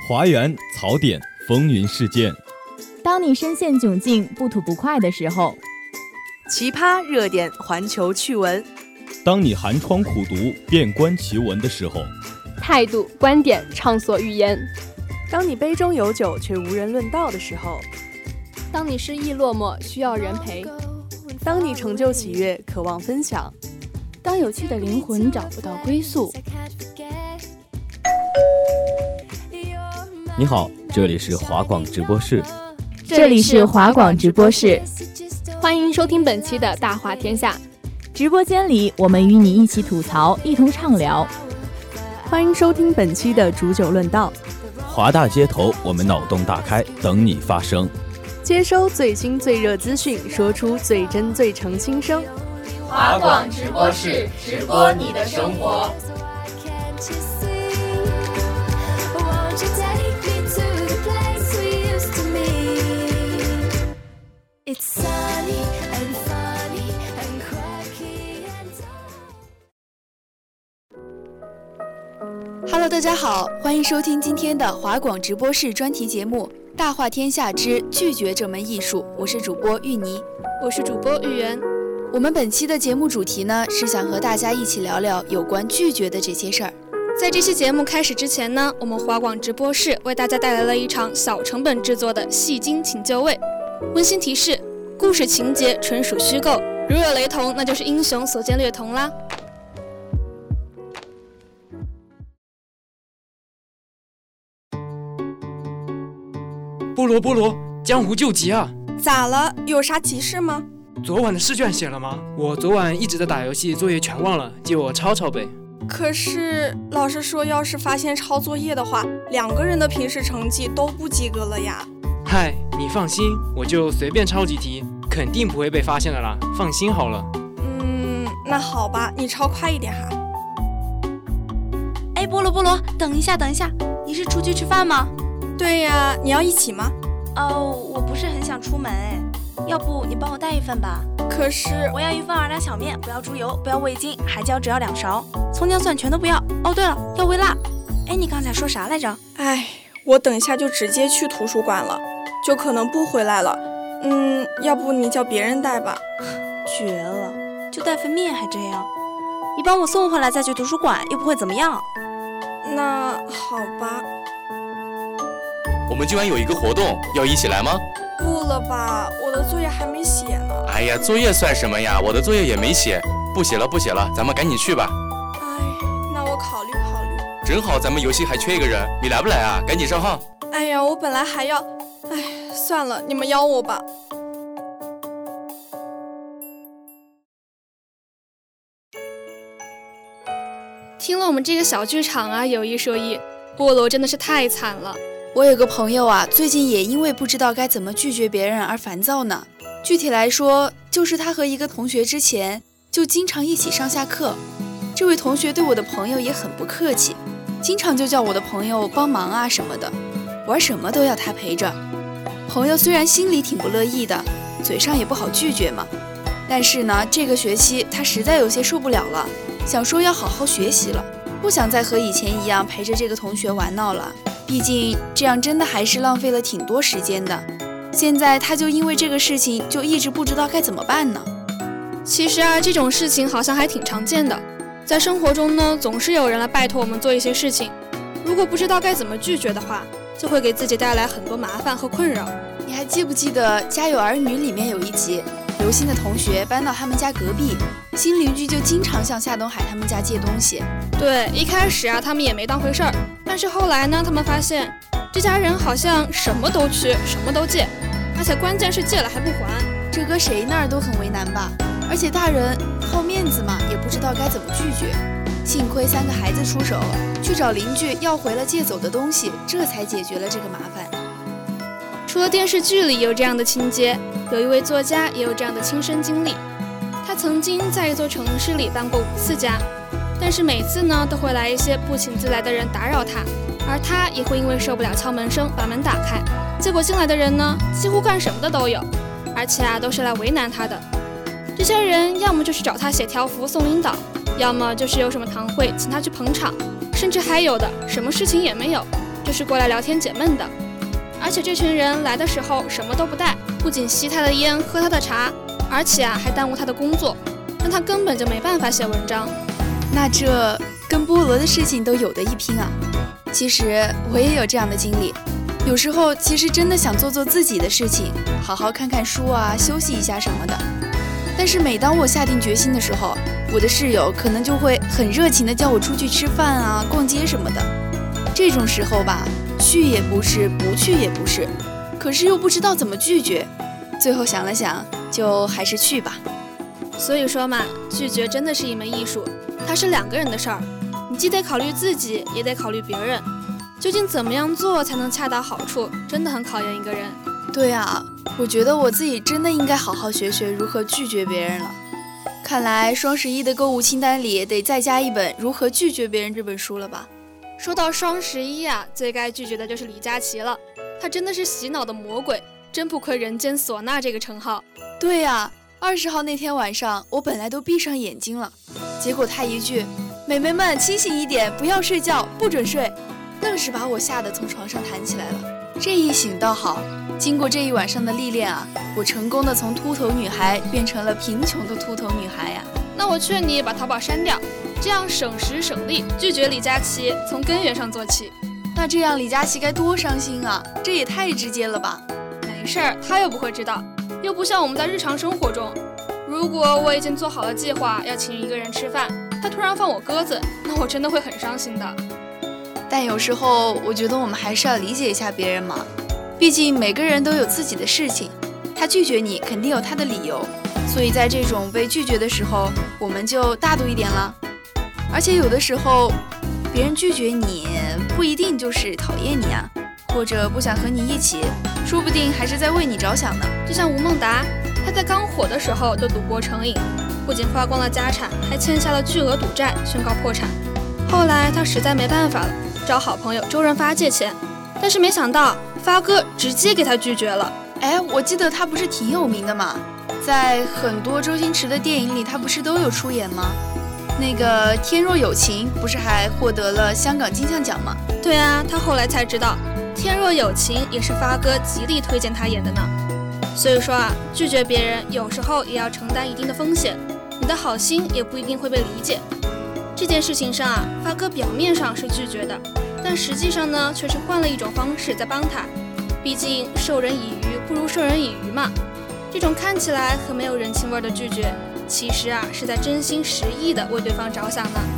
华园槽点风云事件。 当你深陷窘境不吐不快的时候， 奇葩热点环球趣闻。 当你寒窗苦读遍观奇闻的时候， 态度观点畅所欲言。 当你杯中有酒却无人论道的时候， 当你失意落寞需要人陪， 当你成就喜悦渴望分享， 当有趣的灵魂找不到归宿。 你好，这里是华广直播室。 这里是华广直播室， 欢迎收听本期的大话天下。 直播间里我们与你一起吐槽，一同畅聊。 欢迎收听本期的煮酒论道。 华大街头，我们脑洞大开，等你发声。 接收最新最热资讯，说出最真最诚心声。 华广直播室，直播你的生活。 Hello， 大家好，欢迎收听今天的华广直播室专题节目《大话天下之拒绝这门艺术》，我是主播玉妮， 我是主播玉媛。 我们本期的节目主题呢，是想和大家一起聊聊有关拒绝的这些事儿。 在这期节目开始之前呢，我们华广直播室为大家带来了一场小成本制作的戏精请就位。温馨提示：故事情节纯属虚构，如有雷同，那就是英雄所见略同啦。 菠萝，江湖救急啊！ 咋了？有啥急事吗？ 昨晚的试卷写了吗？我昨晚一直在打游戏，作业全忘了，借我抄抄呗。 可是老师说，要是发现抄作业的话，2个人的平时成绩都不及格了呀。 嗨，你放心，我就随便抄几题，肯定不会被发现的啦，放心好了。 那好吧，你抄快一点哈。 哎，菠萝，等一下，你是出去吃饭吗？ 对呀，你要一起吗？ 我不是很想出门哎，要不你帮我带一份吧。 可是我要1份2两小面，不要猪油，不要味精，海椒只要2勺，葱姜蒜全都不要。哦，对了，要微辣。哎，你刚才说啥来着？ 我等一下就直接去图书馆了，就可能不回来了。要不你叫别人带吧。 绝了，就带份面还这样？你帮我送回来再去图书馆，又不会怎么样。 那好吧。 我们今晚有一个活动，要一起来吗？ 不了吧，我的作业还没写呢。 哎呀，作业算什么呀？我的作业也没写。不写了，咱们赶紧去吧。 那我考虑。 正好咱们游戏还缺一个人，你来不来啊？赶紧上号。 我本来还要……算了，你们邀我吧。 听了我们这个小剧场啊，有一说一，菠萝真的是太惨了。 我有个朋友啊，最近也因为不知道该怎么拒绝别人而烦躁呢。具体来说，就是他和一个同学之前就经常一起上下课。这位同学对我的朋友也很不客气，经常就叫我的朋友帮忙啊什么的，玩什么都要他陪着。朋友虽然心里挺不乐意的，嘴上也不好拒绝嘛。但是呢，这个学期他实在有些受不了了，想说要好好学习了，不想再和以前一样陪着这个同学玩闹了。毕竟这样真的还是浪费了挺多时间的。现在他就因为这个事情就一直不知道该怎么办呢。 其实啊，这种事情好像还挺常见的。在生活中呢，总是有人来拜托我们做一些事情，如果不知道该怎么拒绝的话，就会给自己带来很多麻烦和困扰。 你还记不记得《家有儿女》里面有一集，刘星的同学搬到他们家隔壁，新邻居就经常向夏东海他们家借东西。 对，一开始啊，他们也没当回事儿，但是后来呢，他们发现这家人好像什么都缺，什么都借，而且关键是借了还不还， 这搁谁那儿都很为难吧。而且大人好面子嘛，也不知道该怎么拒绝。幸亏3个孩子出手，去找邻居要回了借走的东西，这才解决了这个麻烦。 除了电视剧里有这样的情节，有一位作家也有这样的亲身经历。他曾经在一座城市里搬过5次家，但是每次呢都会来一些不请自来的人打扰他，而他也会因为受不了敲门声把门打开。结果进来的人呢，几乎干什么的都有，而且都是来为难他的。这些人要么就是找他写条幅送领导，要么就是有什么堂会请他去捧场，甚至还有的什么事情也没有， 就是过来聊天解闷的。而且这群人来的时候什么都不带，不仅吸他的烟喝他的茶，而且还耽误他的工作，让他根本就没办法写文章。 那这跟菠萝的事情都有得一拼啊。其实我也有这样的经历，有时候其实真的想做自己的事情，好好看看书啊，休息一下什么的。但是每当我下定决心的时候，我的室友可能就会很热情地叫我出去吃饭啊、逛街什么的。这种时候吧，去也不是，不去也不是，可是又不知道怎么拒绝。最后想了想，就还是去吧。 所以说嘛，拒绝真的是一门艺术，它是2个人的事儿，你既得考虑自己，也得考虑别人。究竟怎么样做才能恰到好处，真的很考验一个人。 对啊，我觉得我自己真的应该好好学学如何拒绝别人了。看来双11的购物清单里得再加一本《如何拒绝别人》这本书了吧。 说到双11啊，最该拒绝的就是李佳琦了，他真的是洗脑的魔鬼，真不愧人间唢呐这个称号。 对啊，20号那天晚上我本来都闭上眼睛了，结果他一句美眉们清醒一点，不要睡觉，不准睡，愣是把我吓得从床上弹起来了。这一醒倒好，经过这一晚上的历练啊，我成功的从秃头女孩变成了贫穷的秃头女孩呀。 那我劝你把淘宝删掉，这样省时省力，拒绝李佳琦从根源上做起。 那这样李佳琦该多伤心啊，这也太直接了吧。 没事儿，他又不会知道，又不像我们在日常生活中，如果我已经做好了计划要请一个人吃饭，他突然放我鸽子，那我真的会很伤心的。 但有时候我觉得我们还是要理解一下别人嘛，毕竟每个人都有自己的事情，他拒绝你肯定有他的理由，所以在这种被拒绝的时候，我们就大度一点了。而且有的时候别人拒绝你不一定就是讨厌你啊，或者不想和你一起，说不定还是在为你着想呢。 就像吴孟达，他在刚火的时候就赌博成瘾，不仅花光了家产，还欠下了巨额赌债，宣告破产。后来他实在没办法了，找好朋友周润发借钱，但是没想到发哥直接给他拒绝了。 我记得他不是挺有名的吗？在很多周星驰的电影里他不是都有出演吗？那个《天若有情》不是还获得了香港金像奖吗？ 对啊，他后来才知道《天若有情》也是发哥极力推荐他演的呢。所以说啊，拒绝别人有时候也要承担一定的风险，你的好心也不一定会被理解。这件事情上啊，发哥表面上是拒绝的，但实际上呢，却是换了一种方式在帮他。毕竟授人以鱼不如授人以渔嘛。这种看起来很没有人情味的拒绝，其实啊是在真心实意的为对方着想呢。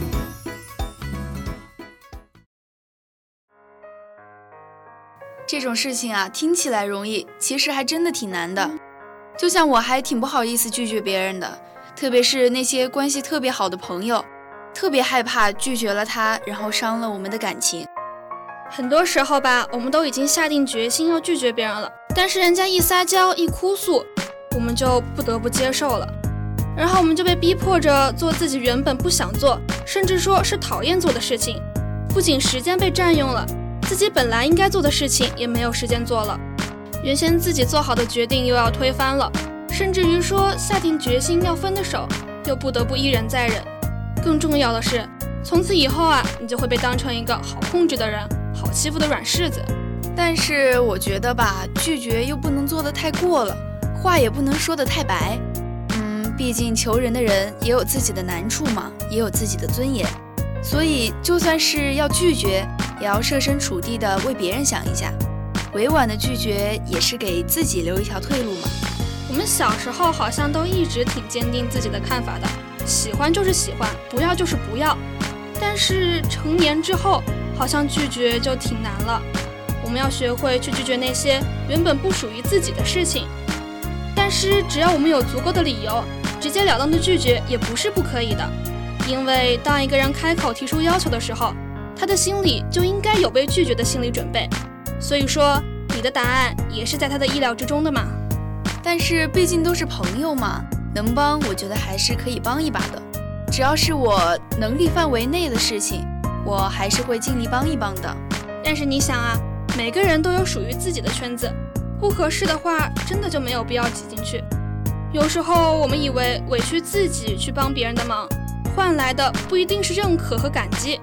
这种事情啊，听起来容易，其实还真的挺难的。就像我还挺不好意思拒绝别人的，特别是那些关系特别好的朋友，特别害怕拒绝了他，然后伤了我们的感情。 很多时候吧，我们都已经下定决心要拒绝别人了，但是人家一撒娇一哭诉，我们就不得不接受了，然后我们就被逼迫着做自己原本不想做，甚至说是讨厌做的事情。不仅时间被占用了，自己本来应该做的事情也没有时间做了，原先自己做好的决定又要推翻了，甚至于说下定决心要分的手，又不得不一忍再忍。更重要的是，从此以后啊，你就会被当成一个好控制的人，好欺负的软柿子。 但是我觉得吧，拒绝又不能做得太过了，话也不能说得太白。毕竟求人的人也有自己的难处嘛，也有自己的尊严，所以就算是要拒绝，也要设身处地的为别人想一下，委婉的拒绝也是给自己留一条退路嘛。 我们小时候好像都一直挺坚定自己的看法的，喜欢就是喜欢，不要就是不要。但是成年之后，好像拒绝就挺难了。我们要学会去拒绝那些原本不属于自己的事情，但是只要我们有足够的理由，直截了当的拒绝也不是不可以的。因为当一个人开口提出要求的时候，他的心里就应该有被拒绝的心理准备，所以说你的答案也是在他的意料之中的嘛。 但是毕竟都是朋友嘛，能帮我觉得还是可以帮一把的，只要是我能力范围内的事情，我还是会尽力帮一帮的。 但是你想啊，每个人都有属于自己的圈子，不合适的话真的就没有必要挤进去。有时候我们以为委屈自己去帮别人的忙，换来的不一定是认可和感激，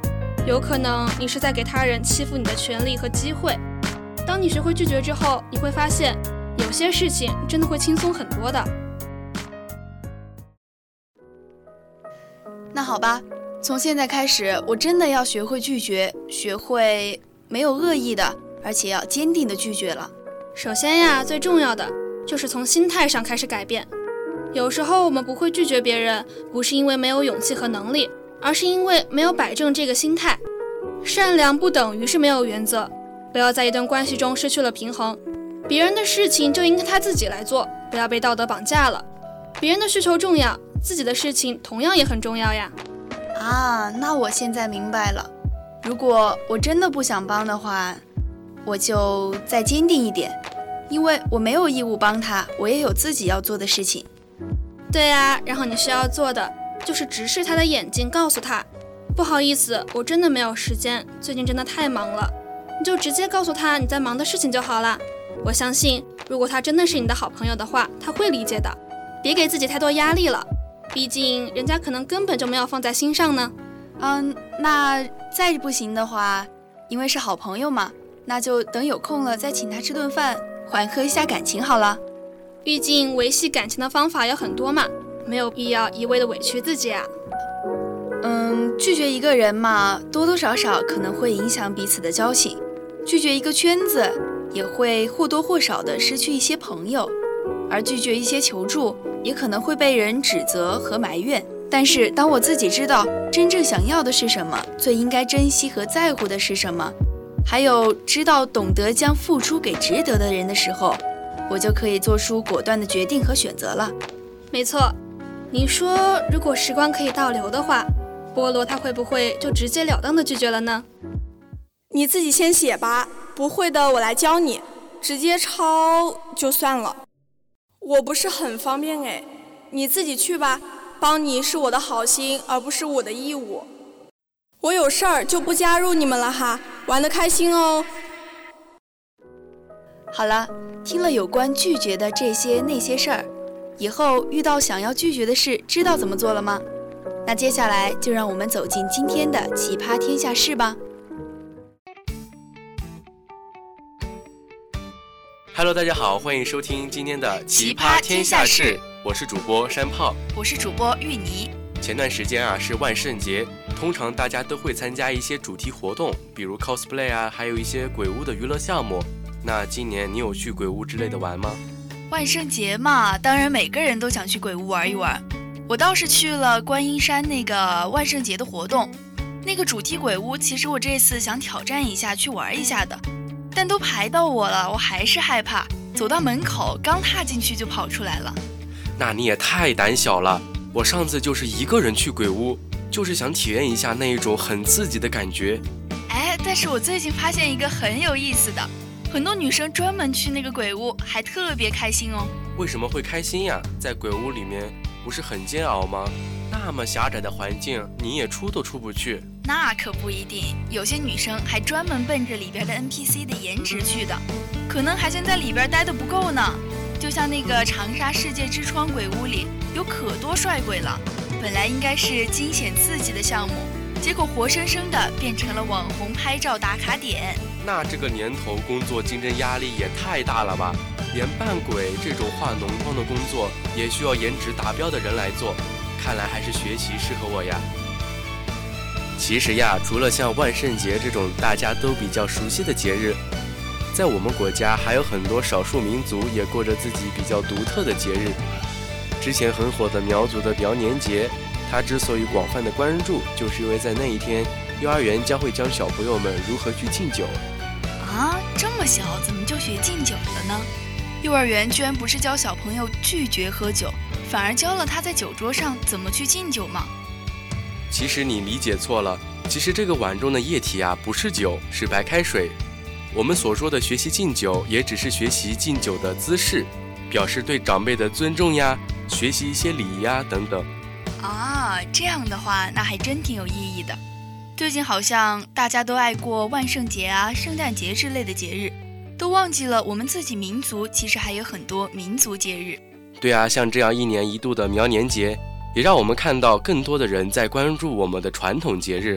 有可能你是在给他人欺负你的权利和机会。当你学会拒绝之后，你会发现有些事情真的会轻松很多的。 那好吧，从现在开始，我真的要学会拒绝，学会没有恶意的，而且要坚定的拒绝了。 首先呀，最重要的就是从心态上开始改变。有时候我们不会拒绝别人，不是因为没有勇气和能力，而是因为没有摆正这个心态。善良不等于是没有原则，不要在一段关系中失去了平衡。别人的事情就应该他自己来做，不要被道德绑架了。别人的需求重要，自己的事情同样也很重要呀。 那我现在明白了。如果我真的不想帮的话，我就再坚定一点，因为我没有义务帮他，我也有自己要做的事情。 对啊，然后你需要做的就是直视他的眼睛，告诉他，不好意思，我真的没有时间，最近真的太忙了。你就直接告诉他你在忙的事情就好了。我相信，如果他真的是你的好朋友的话，他会理解的。别给自己太多压力了，毕竟人家可能根本就没有放在心上呢。 那再不行的话，因为是好朋友嘛，那就等有空了再请他吃顿饭，缓和一下感情好了。 毕竟维系感情的方法有很多嘛，没有必要一味的委屈自己啊。 拒绝一个人嘛，多多少少可能会影响彼此的交情；拒绝一个圈子，也会或多或少的失去一些朋友；而拒绝一些求助，也可能会被人指责和埋怨。但是当我自己知道真正想要的是什么，最应该珍惜和在乎的是什么，还有知道懂得将付出给值得的人的时候，我就可以做出果断的决定和选择了。 没错，你说如果时光可以倒流的话，菠萝他会不会就直截了当的拒绝了呢？ 你自己先写吧，不会的我来教你，直接抄就算了。我不是很方便哎，你自己去吧，帮你是我的好心，而不是我的义务。我有事儿就不加入你们了哈，玩得开心哦。 好了，听了有关拒绝的这些那些事儿，以后遇到想要拒绝的事，知道怎么做了吗？那接下来就让我们走进今天的奇葩天下事吧。 Hello， 大家好，欢迎收听今天的奇葩天下事，我是主播山炮， 我是主播芋泥。 前段时间是万圣节，通常大家都会参加一些主题活动，比如 cosplay 还有一些鬼屋的娱乐项目。那今年你有去鬼屋之类的玩吗？ 万圣节嘛，当然每个人都想去鬼屋玩一玩。我倒是去了观音山那个万圣节的活动，那个主题鬼屋，其实我这次想挑战一下，去玩一下的，但都排到我了，我还是害怕，走到门口刚踏进去就跑出来了。 那你也太胆小了，我上次就是一个人去鬼屋，就是想体验一下那一种很刺激的感觉。 但是我最近发现一个很有意思的，很多女生专门去那个鬼屋，还特别开心哦。 为什么会开心呀？在鬼屋里面不是很煎熬吗？那么狭窄的环境，你也出都出不去。 那可不一定，有些女生还专门奔着里边的 NPC 的颜值去的，可能还嫌在里边待得不够呢。就像那个长沙世界之窗鬼屋里有可多帅鬼了，本来应该是惊险刺激的项目，结果活生生的变成了网红拍照打卡点。 那这个年头工作竞争压力也太大了吧，连扮鬼这种化浓妆的工作也需要颜值达标的人来做，看来还是学习适合我呀。其实呀，除了像万圣节这种大家都比较熟悉的节日，在我们国家还有很多少数民族也过着自己比较独特的节日。之前很火的苗族的苗年节，它之所以广泛的关注，就是因为在那一天，幼儿园将会教小朋友们如何去敬酒。 这么小怎么就学敬酒了呢？幼儿园居然不是教小朋友拒绝喝酒，反而教了他在酒桌上怎么去敬酒吗？ 其实你理解错了，其实这个碗中的液体不是酒，是白开水。我们所说的学习敬酒，也只是学习敬酒的姿势，表示对长辈的尊重呀，学习一些礼仪等等。 这样的话，那还真挺有意义的。最近好像大家都爱过万圣节圣诞节之类的节日，都忘记了我们自己民族其实还有很多民族节日。 对像这样一年一度的苗年节，也让我们看到更多的人在关注我们的传统节日。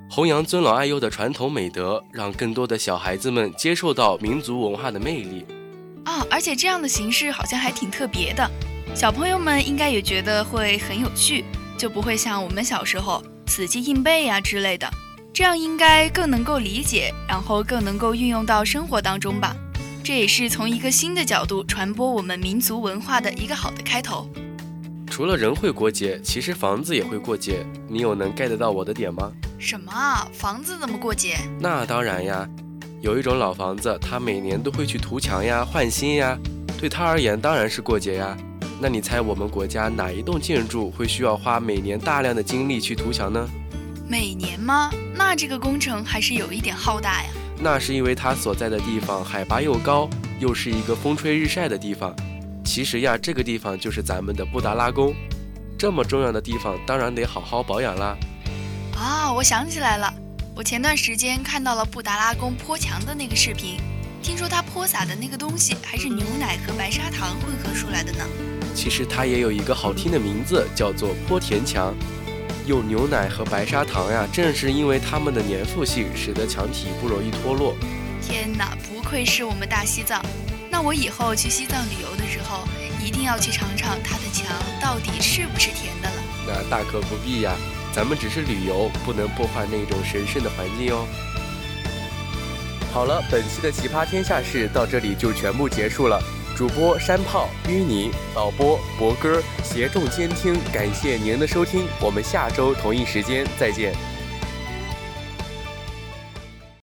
弘扬尊老爱幼的传统美德，让更多的小孩子们接受到民族文化的魅力。 而且这样的形式好像还挺特别的，小朋友们应该也觉得会很有趣，就不会像我们小时候死记硬背呀之类的，这样应该更能够理解，然后更能够运用到生活当中吧。这也是从一个新的角度传播我们民族文化的一个好的开头。 除了人会过节，其实房子也会过节，你有能 get 到我的点吗？ 什么啊？房子怎么过节？ 那当然呀，有一种老房子，它每年都会去涂墙呀、换新呀，对它而言当然是过节呀。那你猜我们国家哪一栋建筑会需要花每年大量的精力去涂墙呢？ 每年吗？那这个工程还是有一点浩大呀。 那是因为它所在的地方海拔又高，又是一个风吹日晒的地方。其实呀，这个地方就是咱们的布达拉宫，这么重要的地方当然得好好保养啦。 我想起来了，我前段时间看到了布达拉宫泼墙的那个视频，听说它泼洒的那个东西还是牛奶和白砂糖混合出来的呢。 其实它也有一个好听的名字，叫做泼田墙。用牛奶和白砂糖呀，正是因为它们的粘附性，使得墙体不容易脱落。 天哪，不愧是我们大西藏！那我以后去西藏旅游的时候，一定要去尝尝它的墙到底是不是甜的了。 那大可不必呀，咱们只是旅游，不能破坏那种神圣的环境哦。好了，本期的奇葩天下事到这里就全部结束了。主播山炮、淤泥，导播博哥，协众监听，感谢您的收听，我们下周同一时间再见。